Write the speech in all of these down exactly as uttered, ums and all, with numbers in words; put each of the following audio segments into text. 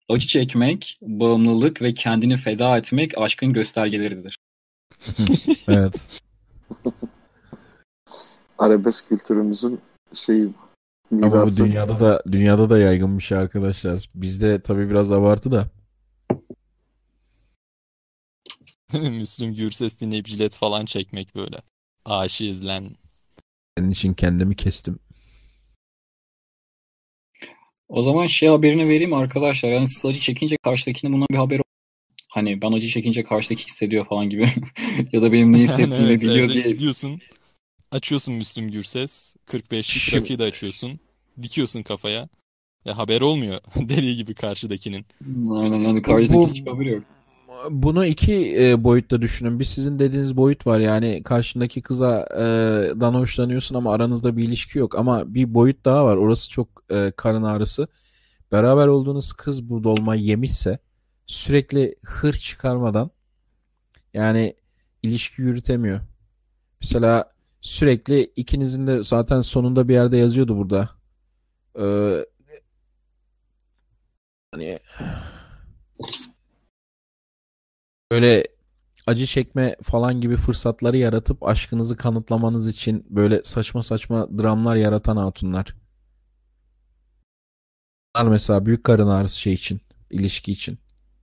Acı çekmek, bağımlılık ve kendini feda etmek aşkın göstergeleridir. Evet. Arabesk kültürümüzün şeyi, Ama bu mirası. dünyada da dünyada da yaygın bir şey arkadaşlar. Bizde tabii biraz abartı da. Müslüm Gürses dinleyip jilet falan çekmek böyle. Aşığız lan. Senin için kendimi kestim. O zaman şey haberini vereyim arkadaşlar. Yani siz acı çekince karşıdakinin bundan bir haberi hani ben acı çekince karşıdaki hissediyor falan gibi ya da benim ne Yani hissettiğimi evet, biliyor evde diye. gidiyorsun. Açıyorsun Müslüm Gürses. kırk beşlik Şimdi, rakıyı da açıyorsun. Dikiyorsun kafaya. Ya haber olmuyor. Deli gibi karşıdakinin. Aynen hani bu, karşıdaki bu hiç haberi yok. bunu iki e, boyutta düşünün. Bir sizin dediğiniz boyut var. Yani karşındaki kıza e, dan hoşlanıyorsun ama aranızda bir ilişki yok. Ama bir boyut daha var. Orası çok e, karın ağrısı. Beraber olduğunuz kız bu dolmayı yemişse sürekli hır çıkarmadan yani ilişki yürütemiyor. Mesela sürekli ikinizin de zaten sonunda bir yerde yazıyordu burada. Ee, hani böyle acı çekme falan gibi fırsatları yaratıp aşkınızı kanıtlamanız için böyle saçma saçma dramlar yaratan hatunlar. Bunlar mesela büyük karın ağrısı şey için, ilişki için.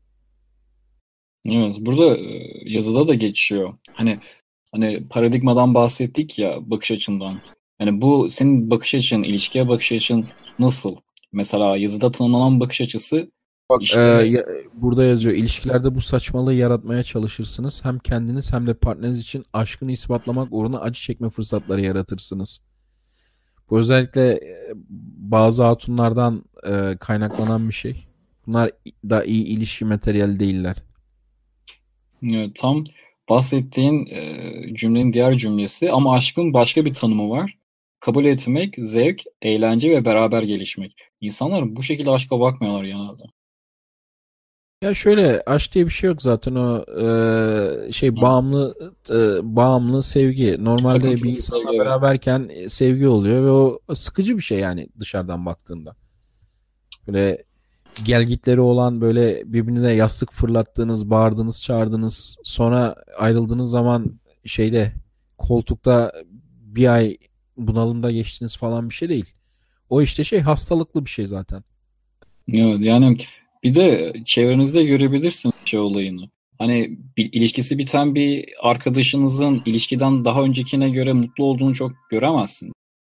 Evet, burada e, yazıda da geçiyor. Hani hani paradigmadan bahsettik ya bakış açından. Yani bu senin bakış açın, ilişkiye bakış açın nasıl? Mesela yazıda tanımlanan bakış açısı Bak e, işte ya- burada yazıyor. İlişkilerde bu saçmalığı yaratmaya çalışırsınız. Hem kendiniz hem de partneriniz için aşkını ispatlamak uğruna acı çekme fırsatları yaratırsınız. Bu özellikle e, bazı hatunlardan e, kaynaklanan bir şey. Bunlar da iyi ilişki materyali değiller. e, tam bahsettiğin e, cümlenin diğer cümlesi ama aşkın başka bir tanımı var. Kabul etmek, zevk, eğlence ve beraber gelişmek. İnsanlar bu şekilde aşka bakmıyorlar genelde. Ya şöyle aşk diye bir şey yok zaten o e, şey Hı. bağımlı e, bağımlı sevgi. Normalde bir Takıntılı bir insanla sevgi, evet. beraberken e, sevgi oluyor ve o sıkıcı bir şey yani dışarıdan baktığında. Böyle gelgitleri olan böyle birbirinize yastık fırlattığınız, bağırdığınız, çağırdığınız, sonra ayrıldığınız zaman şeyde koltukta bir ay bunalımda geçtiniz falan bir şey değil. O işte şey hastalıklı bir şey zaten. Evet, yani bir de çevrenizde görebilirsin şey olayını. Hani bir ilişkisi biten bir arkadaşınızın ilişkiden daha öncekine göre mutlu olduğunu çok göremezsin.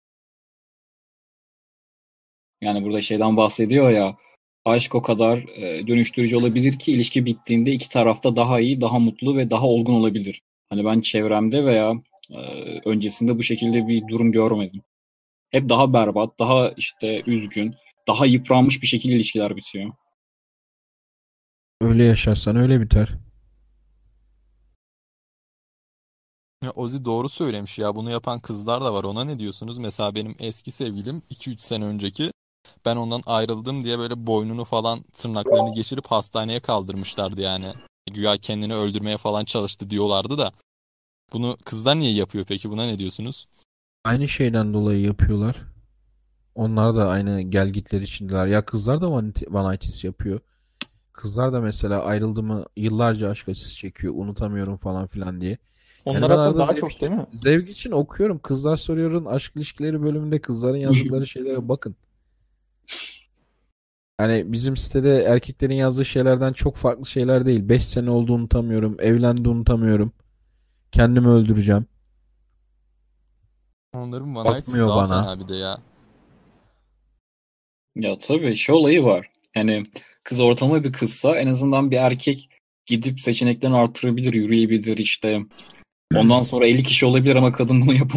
Yani burada şeyden bahsediyor ya, aşk o kadar e, dönüştürücü olabilir ki ilişki bittiğinde iki tarafta daha iyi, daha mutlu ve daha olgun olabilir. Hani ben çevremde veya e, öncesinde bu şekilde bir durum görmedim. Hep daha berbat, daha işte üzgün, daha yıpranmış bir şekilde ilişkiler bitiyor. Öyle yaşarsan öyle biter. Ya Ozi doğru söylemiş ya. Bunu yapan kızlar da var. Ona ne diyorsunuz? Mesela benim eski sevgilim iki üç sene önceki. Ben ondan ayrıldım diye böyle boynunu falan tırnaklarını geçirip hastaneye kaldırmışlardı yani. Güya kendini öldürmeye falan çalıştı diyorlardı da. Bunu kızlar niye yapıyor peki? Buna ne diyorsunuz? Aynı şeyden dolayı yapıyorlar. Onlar da aynı gelgitler içindeler. Ya kızlar da vanit- vanaytis yapıyor. Kızlar da mesela ayrıldı mı yıllarca aşk acısı çekiyor. Unutamıyorum falan filan diye. Yani Onlar ben hatta arada daha zevk çok değil için, mi? zevk için okuyorum. Kızlar soruyorun aşk ilişkileri bölümünde kızların yazdıkları şeylere bakın. Yani bizim sitede erkeklerin yazdığı şeylerden çok farklı şeyler değil. Beş sene oldu unutamıyorum. Evlendi unutamıyorum. Kendimi öldüreceğim. Onların One Night'sı Bakmıyor daha bana. fena bir de ya. Ya tabii şey olayı var. Yani kız ortalama bir kızsa en azından bir erkek gidip seçeneklerini artırabilir, yürüyebilir işte. Ondan sonra elli kişi olabilir ama kadın bunu yapamaz.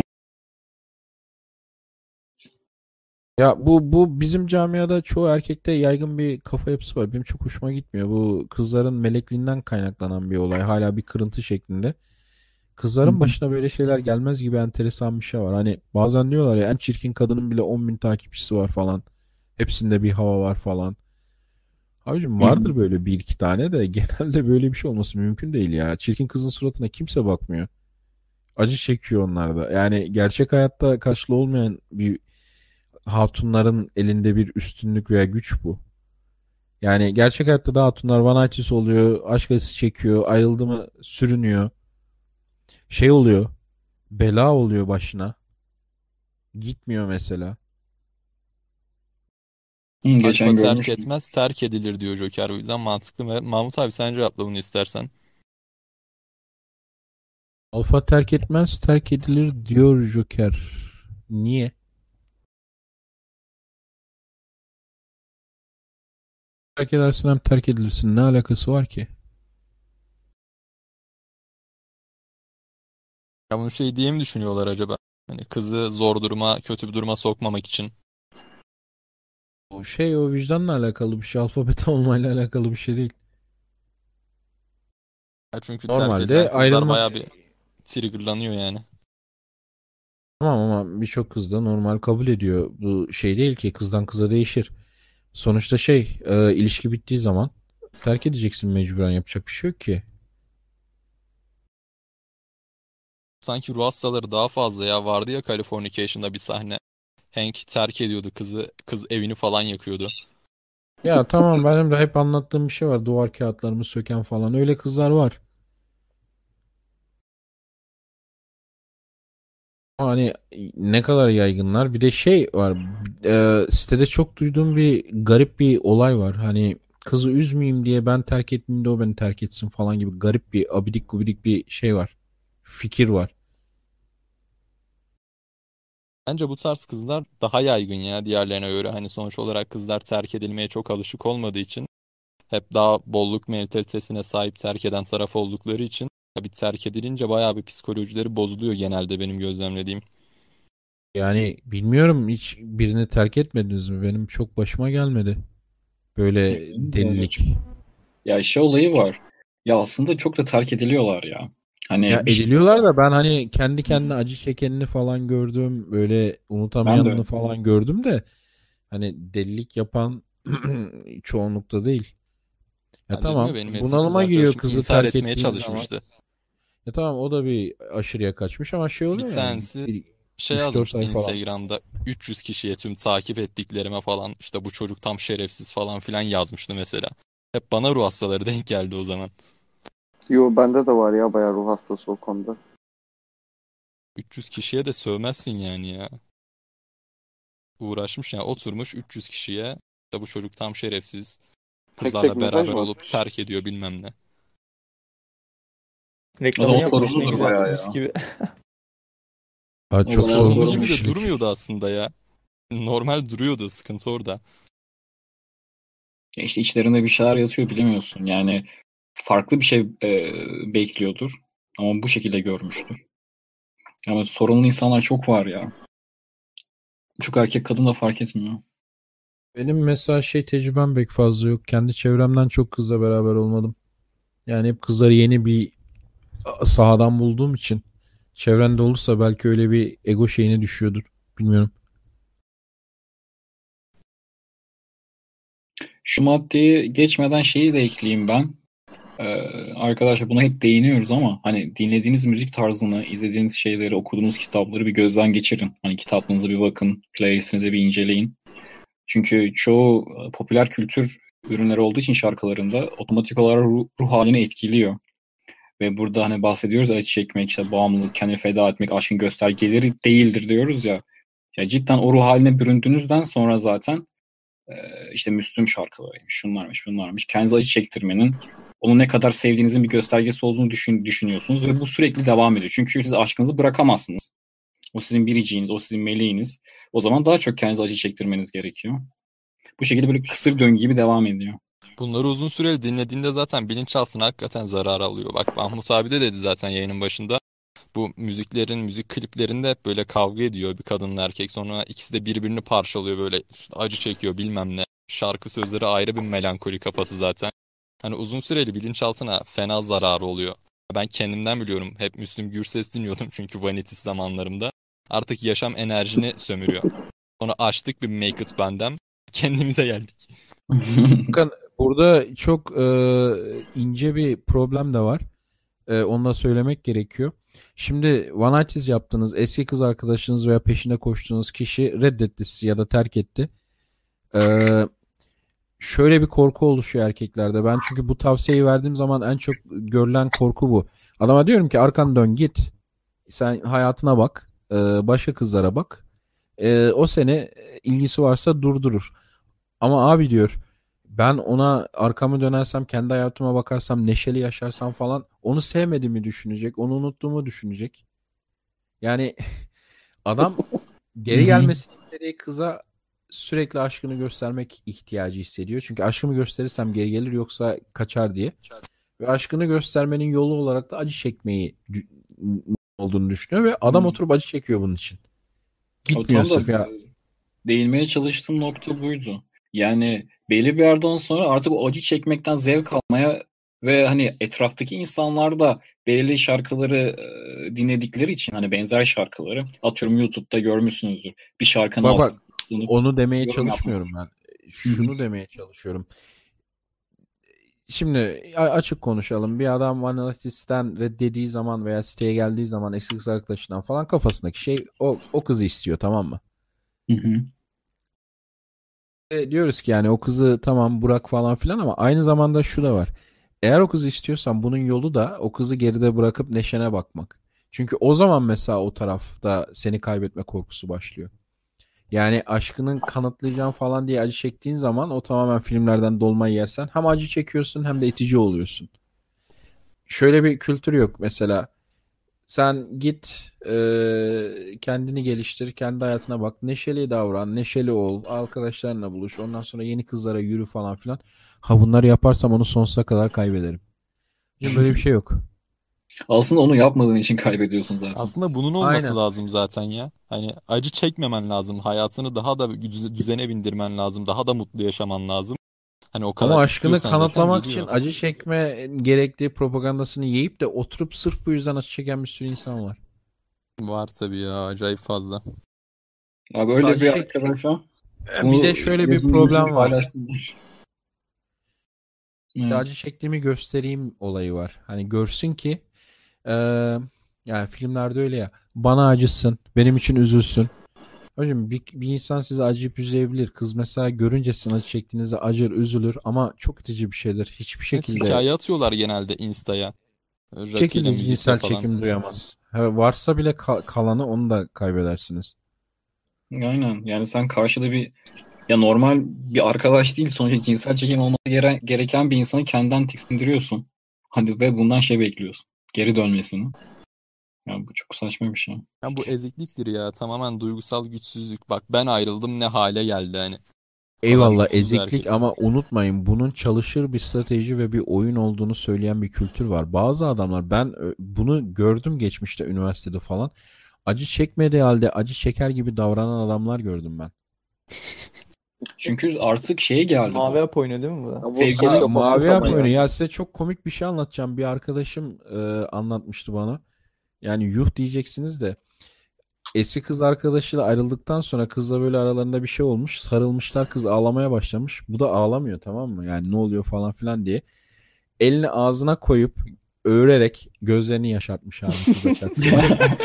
Ya bu bu bizim camiada çoğu erkekte yaygın bir kafa yapısı var. Benim çok hoşuma gitmiyor. Bu kızların melekliğinden kaynaklanan bir olay. Hala bir kırıntı şeklinde. Kızların başına böyle şeyler gelmez gibi enteresan bir şey var. Hani bazen diyorlar ya en çirkin kadının bile on bin takipçisi var falan. Hepsinde bir hava var falan. Abicim vardır böyle bir iki tane de genelde böyle bir şey olması mümkün değil ya. Çirkin kızın suratına kimse bakmıyor. Acı çekiyor onlar da. Yani gerçek hayatta karşılığı olmayan bir hatunların elinde bir üstünlük veya güç bu. Yani gerçek hayatta da hatunlar one night oluyor, aşk acısı çekiyor, ayrıldı mı sürünüyor. Şey oluyor, bela oluyor başına. Gitmiyor mesela. Hı, Alfa geçen terk görmüştüm. etmez, terk edilir diyor Joker. O yüzden mantıklı mı? Mahmut abi sen cevapla bunu istersen. Alfa terk etmez, terk edilir diyor Joker. Niye? Terk edersin hem terk edilirsin. Ne alakası var ki? Ya bunu şey diye mi düşünüyorlar acaba? Hani kızı zor duruma, kötü bir duruma sokmamak için. O şey o vicdanla alakalı bir şey. Alfa beta olmayla alakalı bir şey değil. Ya çünkü terk edilen Normalde kızlar ayrılmak bayağı bir triggerlanıyor yani. tamam ama birçok kız da normal kabul ediyor. Bu şey değil ki kızdan kıza değişir. Sonuçta şey e, ilişki bittiği zaman terk edeceksin mecburen yapacak bir şey yok ki. Sanki ruh hastaları daha fazla ya. Vardı ya Californication'da bir sahne. Hank terk ediyordu kızı. Kız evini falan yakıyordu. Ya tamam benim de hep anlattığım bir şey var. Duvar kağıtlarımı söken falan. Öyle kızlar var. Ama hani ne kadar yaygınlar. Bir de şey var. E, sitede çok duyduğum bir garip bir olay var. Hani kızı üzmeyeyim diye ben terk etmeyeyim de o beni terk etsin falan gibi garip bir abidik gubidik bir şey var. Fikir var. Bence bu tarz kızlar daha yaygın ya diğerlerine göre. Hani sonuç olarak kızlar terk edilmeye çok alışık olmadığı için hep daha bolluk mentalitesine sahip terk eden taraf oldukları için tabii terk edilince bayağı bir psikolojileri bozuluyor genelde benim gözlemlediğim. Yani bilmiyorum hiç birini terk etmediniz mi? Benim çok başıma gelmedi. Ya, Böyle benim de öyle delilik. çok. Ya şey olayı var. Ya aslında çok da terk ediliyorlar ya. Ya Hani bir şey. ediliyorlar da ben hani kendi Hı. kendine acı çekenini falan gördüm. Böyle Ben de unutamayanını öyle. falan gördüm de hani delilik yapan çoğunlukta değil. Ya Ya dedim ya tamam benim eski kız bunalıma giriyor arkadaşım kızı intihar terk etmeye ettiğin zaman. çalışmıştı. Ya tamam o da bir aşırıya kaçmış ama şey Bir oluyor yani. tanesi Bir, şey üç dört yazmıştı ay falan. Instagram'da üç yüz kişiye tüm takip ettiklerime falan işte bu çocuk tam şerefsiz falan filan yazmıştı mesela. Hep bana ruh hastaları denk geldi o zaman. Yo bende de var ya bayağı ruh hastası o konuda. üç yüz kişiye de sövmezsin yani ya. Uğraşmış yani oturmuş üç yüz kişiye işte bu çocuk tam şerefsiz. Tek tek Kızlarla mesaj beraber mı olup atmış? terk ediyor bilmem ne. O zaman Reklamını yapmış ne sorumludur güzel bayağı mis ya. gibi. Aa, O çok bayağı Sorunlu sorunlu gibi sorumlu. bir de şeymiş. durmuyordu aslında ya. Normal duruyordu, sıkıntı orada. Ya işte içlerinde bir şeyler yatıyor bilemiyorsun. Yani farklı bir şey e, bekliyordur. Ama bu şekilde görmüştür. Ama sorunlu insanlar çok var ya. Çok erkek kadın da fark etmiyor. Benim mesela şey tecrübem pek fazla yok. Kendi çevremden çok kızla beraber olmadım. Yani hep kızları yeni bir sahadan bulduğum için çevrende olursa belki öyle bir ego şeyine düşüyordur. Bilmiyorum. Şu maddeyi geçmeden şeyi de ekleyeyim ben. Ee, Arkadaşlar buna hep değiniyoruz ama hani dinlediğiniz müzik tarzını, izlediğiniz şeyleri, okuduğunuz kitapları bir gözden geçirin. Hani kitaplarınıza bir bakın, playlistinize bir inceleyin. Çünkü çoğu e, popüler kültür ürünleri olduğu için şarkılarında otomatik olarak ruh, ruh halini etkiliyor. Ve burada hani bahsediyoruz ya acı çekmek, işte bağımlılık, kendini feda etmek, aşkın göstergeleri değildir diyoruz ya. Ya cidden o ruh haline büründüğünüzden sonra zaten e, işte Müslüm şarkılarıymış, şunlarmış, bunlarmış. Kendinize acı çektirmenin onu ne kadar sevdiğinizin bir göstergesi olduğunu düşün, düşünüyorsunuz ve bu sürekli devam ediyor. Çünkü siz aşkınızı bırakamazsınız. O sizin biriciğiniz, o sizin meleğiniz. O zaman daha çok kendinize acı çektirmeniz gerekiyor. Bu şekilde böyle kısır döngü gibi devam ediyor. Bunları uzun süreli dinlediğinde zaten bilinçaltına hakikaten zarar alıyor. Bak Mahmut abi de dedi zaten yayının başında. Bu müziklerin, müzik kliplerinde hep böyle kavga ediyor bir kadınla erkek. Sonra ikisi de birbirini parçalıyor böyle işte acı çekiyor bilmem ne. Şarkı sözleri ayrı bir melankoli kafası zaten. Hani uzun süreli bilinçaltına fena zararı oluyor. Ben kendimden biliyorum. Hep Müslüm Gürses dinliyordum çünkü Vanities zamanlarımda. Artık yaşam enerjini sömürüyor. Sonra açtık bir Make It Band'em. Kendimize geldik. Bakın burada çok e, ince bir problem de var. E, onu da söylemek gerekiyor. Şimdi one night stand yaptığınız eski kız arkadaşınız veya peşinde koştuğunuz kişi reddetti sizi ya da terk etti. E, şöyle bir korku oluşuyor erkeklerde. Ben çünkü bu tavsiyeyi verdiğim zaman en çok görülen korku bu. Adama diyorum ki arkanı dön git. Sen hayatına bak. e, Başka kızlara bak. E, O seni e, ilgisi varsa durdurur. Ama abi diyor ben ona arkamı dönersem kendi hayatıma bakarsam neşeli yaşarsam falan onu sevmediğimi düşünecek. Onu unuttuğumu düşünecek. Yani adam Hı geri hı. gelmesini istediği kıza sürekli aşkını göstermek ihtiyacı hissediyor. Çünkü aşkımı gösterirsem geri gelir yoksa kaçar diye. Ve aşkını göstermenin yolu olarak da acı çekmeyi dü- olduğunu düşünüyor ve Hı. adam oturup acı çekiyor bunun için. O Gitmiyor tam da sırf ya. değinmeye çalıştığım nokta buydu. Yani belli bir yerden sonra artık o acı çekmekten zevk almaya ve hani etraftaki insanlar da belirli şarkıları e, dinledikleri için hani benzer şarkıları atıyorum YouTube'da görmüşsünüzdür. Bir şarkının Bak bak altına toplanıp onu demeye yorum yapmak. çalışmıyorum ben. Hı hı. Şunu demeye çalışıyorum. Şimdi a- açık konuşalım. Bir adam Vanilla Ice'den reddediği zaman veya siteye geldiği zaman eski kız arkadaşından falan kafasındaki şey o, o kızı istiyor, tamam mı? Hı hı. E, diyoruz ki yani o kızı tamam bırak falan filan ama aynı zamanda şu da var. Eğer o kızı istiyorsan bunun yolu da o kızı geride bırakıp neşene bakmak. Çünkü o zaman mesela o tarafta seni kaybetme korkusu başlıyor. Yani aşkının kanıtlayacağım falan diye acı çektiğin zaman o tamamen filmlerden dolmayı yersen hem acı çekiyorsun hem de itici oluyorsun. Şöyle bir kültür yok mesela. Sen git eee, kendini geliştir, kendi hayatına bak, neşeli davran, neşeli ol, arkadaşlarınla buluş, ondan sonra yeni kızlara yürü falan filan. Ha bunları yaparsam onu sonsuza kadar kaybederim. Şimdi böyle bir şey yok. Aslında onu yapmadığın için kaybediyorsun zaten. Aslında bunun olması Aynen. lazım zaten ya. Hani acı çekmemen lazım. Hayatını daha da düze- düzene bindirmen lazım. Daha da mutlu yaşaman lazım. Hani o Ama kadar aşkını istiyorsan zaten kanıtlamak için geliyor. acı çekme gerektiği propagandasını yiyip de oturup sırf bu yüzden acı çeken bir sürü insan var. Var tabii ya, acayip fazla. Abi öyle Acı bir çek. arkadaşa Bir de bunu şöyle bir yazın linkini problem var. paylaşsınlar. İşte Evet. acı çektiğimi göstereyim olayı var. Hani görsün ki eee, yani filmlerde öyle ya. Bana acısın, benim için üzülsün. Hocam bir, bir insan size acıyıp üzülebilir. Kız mesela görünce sizin acı çektiğinizde acır, üzülür ama çok itici bir şeydir. Hiçbir Evet, şekilde hikaye atıyorlar genelde Insta'ya. hiçbir Rakıyla, şekilde müzikle cinsel falan. çekim duyamaz. Ha, varsa bile ka- kalanı onu da kaybedersiniz. Aynen. Yani sen karşıda bir ya normal bir arkadaş değil sonuçta cinsel çekim olması gere- gereken bir insanı kendinden tiksindiriyorsun. Hani ve bundan şey bekliyorsun. Geri dönmesini. Ya bu çok saçma bir şey. Ya bu ezikliktir ya. Tamamen duygusal güçsüzlük. Bak ben ayrıldım, ne hale geldi hani. Bu kadar Eyvallah güçsüz bir eziklik erkek. ama unutmayın bunun çalışır bir strateji ve bir oyun olduğunu söyleyen bir kültür var. Bazı adamlar ben ö, bunu gördüm geçmişte üniversitede falan. Acı çekmediği halde acı çeker gibi davranan adamlar gördüm ben. Çünkü artık şeye geldi Mavi bu. hap oyunu değil mi bu da? Ya bu Ha, Sevgili sosyopatik mavi hap ama oyunu. ya. Ya size çok komik bir şey anlatacağım. Bir arkadaşım e, anlatmıştı bana. Yani yuh diyeceksiniz de. Eski kız arkadaşıyla ayrıldıktan sonra kızla böyle aralarında bir şey olmuş. Sarılmışlar, kız ağlamaya başlamış. Bu da ağlamıyor, tamam mı? Yani ne oluyor falan filan diye. Elini ağzına koyup öğrerek gözlerini yaşartmış abi kıza çaktırmadan.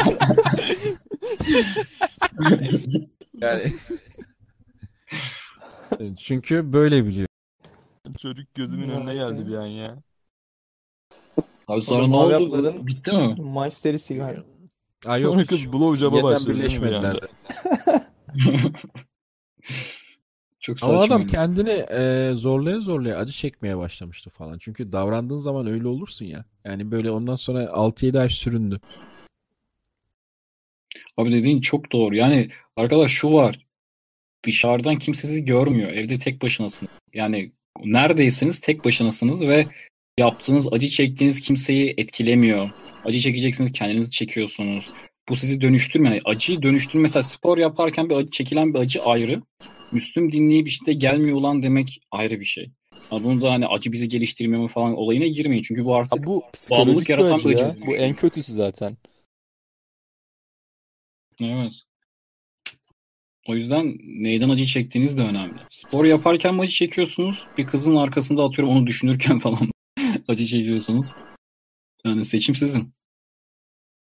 Yani çünkü böyle biliyor. Çocuk gözümün önüne geldi bir an ya. Abi O da sonra ne mavi oldu? Bu hapların bitti mi? Maç serisi galiba. Aa yok Sonra hiç kız blowjob'a yeniden başladı değil mi bir birleşmediler anda? de. Çok Ama adam saçmaydı. kendini e, zorlaya zorlaya acı çekmeye başlamıştı falan. Çünkü davrandığın zaman öyle olursun ya. Yani böyle ondan sonra altı yedi ay süründü. Abi dediğin çok doğru. Yani arkadaş şu var. Dışarıdan kimse sizi görmüyor. Evde tek başınasınız. Yani neredeyseniz tek başınasınız ve yaptığınız, acı çektiğiniz kimseyi etkilemiyor. Acı çekeceksiniz, kendinizi çekiyorsunuz. Bu sizi dönüştürmüyor. Yani acıyı dönüştürme. Mesela spor yaparken bir acı, çekilen bir acı ayrı. Müslüm dinleyip işte gelmiyor ulan demek ayrı bir şey. Ama bunu da hani acı bizi geliştirmiyor mu falan olayına girmeyin. Çünkü bu Ha, artık bu bağımlılık psikolojik bir yaratan acı bir acı ya. Bu en dönüşüyor. kötüsü zaten. Evet. O yüzden neyden acı çektiğiniz de önemli. Spor yaparken mi acı çekiyorsunuz? Bir kızın arkasında atıyorum onu düşünürken falan acı çekiyorsunuz. Yani seçim sizin.